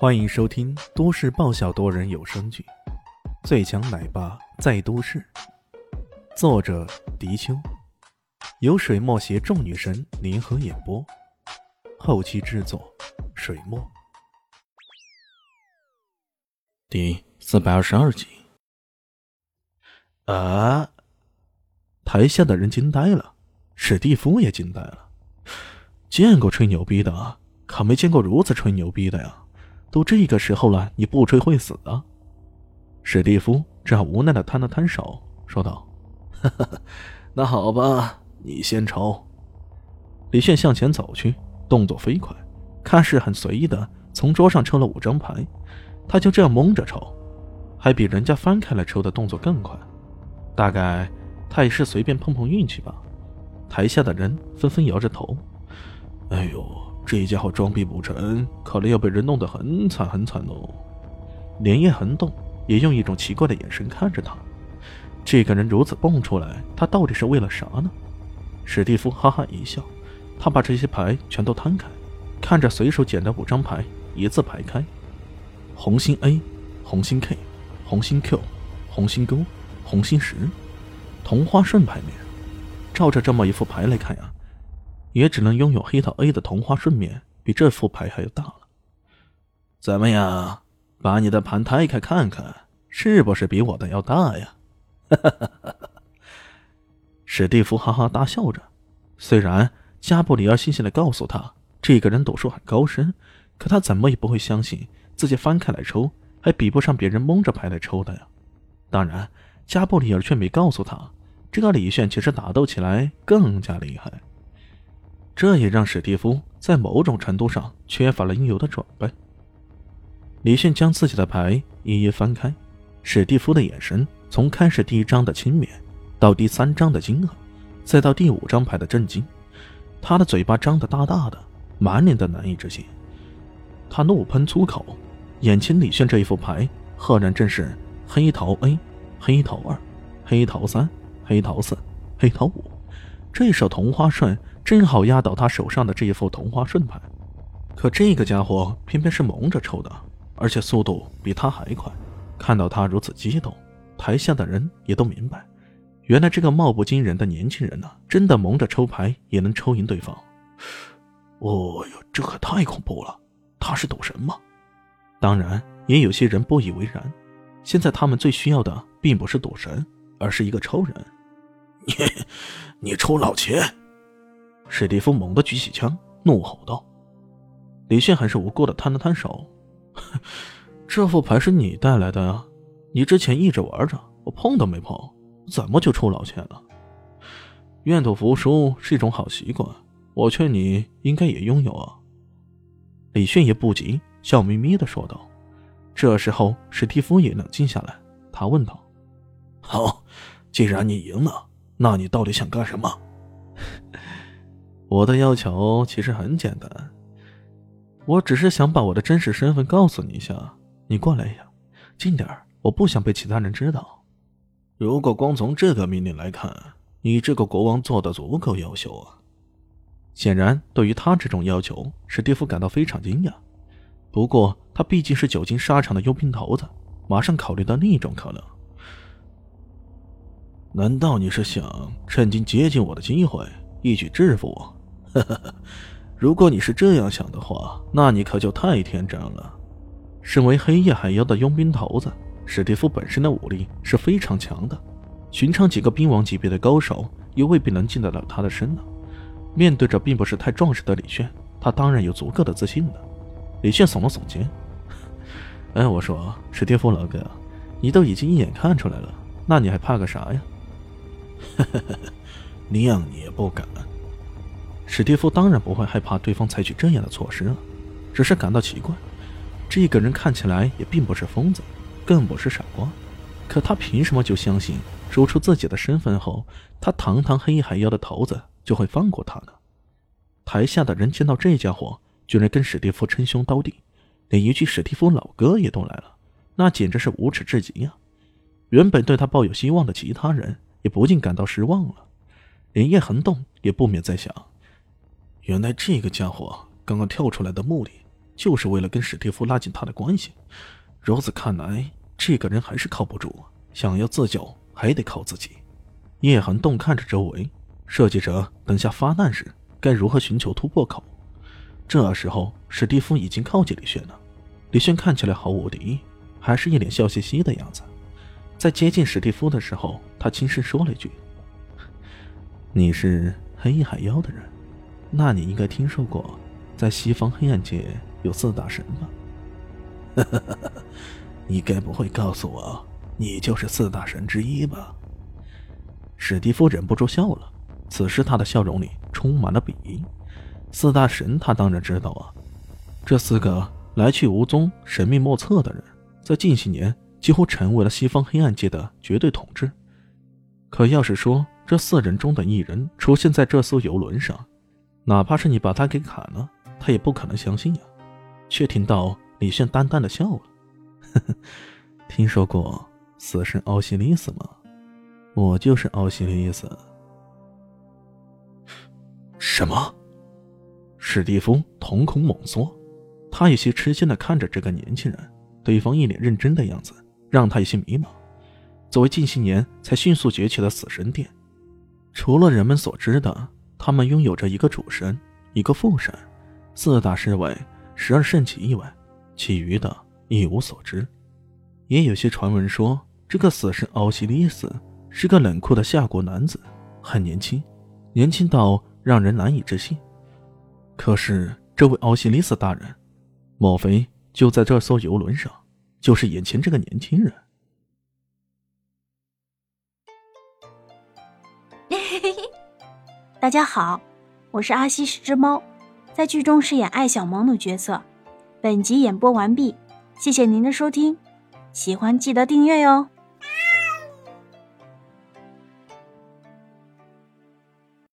欢迎收听都市爆笑多人有声剧《最强奶爸在都市》，作者：迪秋，由水墨携众女神联合演播，后期制作：水墨。第422集。台下的人惊呆了，史蒂夫也惊呆了。见过吹牛逼的，可没见过如此吹牛逼的呀！都这个时候了，你不吹会死的。史蒂夫只好无奈地摊了摊手，说道：“那好吧，你先抽。”李炫向前走去，动作飞快，看似很随意的从桌上抽了5张牌，他就这样蒙着抽，还比人家翻开来抽的动作更快。大概他也是随便碰碰运气吧。台下的人纷纷摇着头：“哎呦，这家伙装逼不成，可能要被人弄得很惨很惨哦。”连夜横动也用一种奇怪的眼神看着他，这个人如此蹦出来，他到底是为了啥呢？史蒂夫哈哈一笑，他把这些牌全都摊开，看着随手捡的5张牌一字排开：红心 A、红心 K、红心 Q、红心勾、红心10，同花顺牌面。照着这么一副牌来看呀，也只能拥有黑桃 A 的同花顺面比这副牌还要大了。怎么样，把你的盘摊开看看，是不是比我的要大呀？史蒂夫哈哈大笑着，虽然加布里尔悻悻地告诉他这个人赌术很高深，可他怎么也不会相信自己翻开来抽还比不上别人蒙着牌来抽的呀。当然加布里尔却没告诉他，这个李炫其实打斗起来更加厉害。这也让史蒂夫在某种程度上缺乏了应有的准备。李炫将自己的牌一一翻开，史蒂夫的眼神从开始第1张的轻蔑，到第3张的惊愕，再到第5张牌的震惊。他的嘴巴张得大大的，满脸的难以置信。他怒喷粗口，眼前李炫这一副牌赫然正是黑桃 A、黑桃2、黑桃3、黑桃4、黑桃5，这手同花顺正好压倒他手上的这一副同花顺牌。可这个家伙偏偏是蒙着抽的，而且速度比他还快。看到他如此激动，台下的人也都明白，原来这个貌不惊人的年轻人呢，真的蒙着抽牌也能抽赢对方。哦哟，这可太恐怖了，他是赌神吗？当然也有些人不以为然，现在他们最需要的并不是赌神，而是一个抽人。你抽老钱！史蒂夫猛地举起枪，怒吼道。李炫很是无辜地摊了摊手：“这副牌是你带来的呀，你之前一直玩着，我碰都没碰，怎么就抽老钱了？愿赌服输是一种好习惯，我劝你应该也拥有啊。”李炫也不急，笑眯眯地说道。这时候史蒂夫也冷静下来，他问道：“好，既然你赢了，那你到底想干什么？”我的要求其实很简单，我只是想把我的真实身份告诉你一下，你过来呀，近点儿，我不想被其他人知道。如果光从这个命令来看，你这个国王做得足够优秀啊。显然对于他这种要求，史蒂夫感到非常惊讶。不过他毕竟是久经沙场的佣兵头子，马上考虑到另一种可能。难道你是想趁机接近我的机会，一举制服我？如果你是这样想的话，那你可就太天真了。身为黑夜海妖的佣兵头子，史蒂夫本身的武力是非常强的，寻常几个兵王级别的高手又未必能进得了他的身呢。面对着并不是太壮实的李炫，他当然有足够的自信的。李炫耸了耸肩：“我说史蒂夫老哥，你都已经一眼看出来了，那你还怕个啥呀？”谅你也不敢。史蒂夫当然不会害怕对方采取这样的措施了，只是感到奇怪，这个人看起来也并不是疯子，更不是傻瓜，可他凭什么就相信说出自己的身份后，他堂堂黑衣海妖的头子就会放过他呢？台下的人见到这家伙居然跟史蒂夫称兄道弟，连一句史蒂夫老哥也都来了，那简直是无耻至极啊！原本对他抱有希望的其他人也不禁感到失望了。连夜横动也不免在想，原来这个家伙刚刚跳出来的目的就是为了跟史蒂夫拉近他的关系。如此看来，这个人还是靠不住，想要自救还得靠自己。叶寒洞看着周围，设计着等下发难时该如何寻求突破口。这时候史蒂夫已经靠近李轩了，李轩看起来毫无敌意，还是一脸笑嘻嘻的样子。在接近史蒂夫的时候，他轻声说了一句：你是黑海妖的人，那你应该听说过在西方黑暗界有4大神吧？你该不会告诉我你就是4大神之一吧？史蒂夫忍不住笑了，此时他的笑容里充满了鄙夷。4大神他当然知道啊，这4个来去无踪、神秘莫测的人，在近些年几乎成为了西方黑暗界的绝对统治。可要是说这4人中的1人出现在这艘游轮上，哪怕是你把他给砍了，他也不可能相信呀。却听到李炫淡淡的笑了，呵呵，听说过死神奥西里斯吗？我就是奥西里斯。什么？史蒂夫瞳孔猛缩，他有些吃惊地看着这个年轻人，对方一脸认真的样子让他有些迷茫。作为近些年才迅速崛起的死神殿，除了人们所知的他们拥有着一个主神、一个副神、4大侍卫、12圣骑以外，其余的一无所知。也有些传闻说，这个死神奥西里斯是个冷酷的夏国男子，很年轻，年轻到让人难以置信。可是这位奥西里斯大人，莫非就在这艘游轮上，就是眼前这个年轻人？ 大家好，我是阿西是只猫，在剧中饰演艾小萌的角色。本集演播完毕，谢谢您的收听，喜欢记得订阅哟。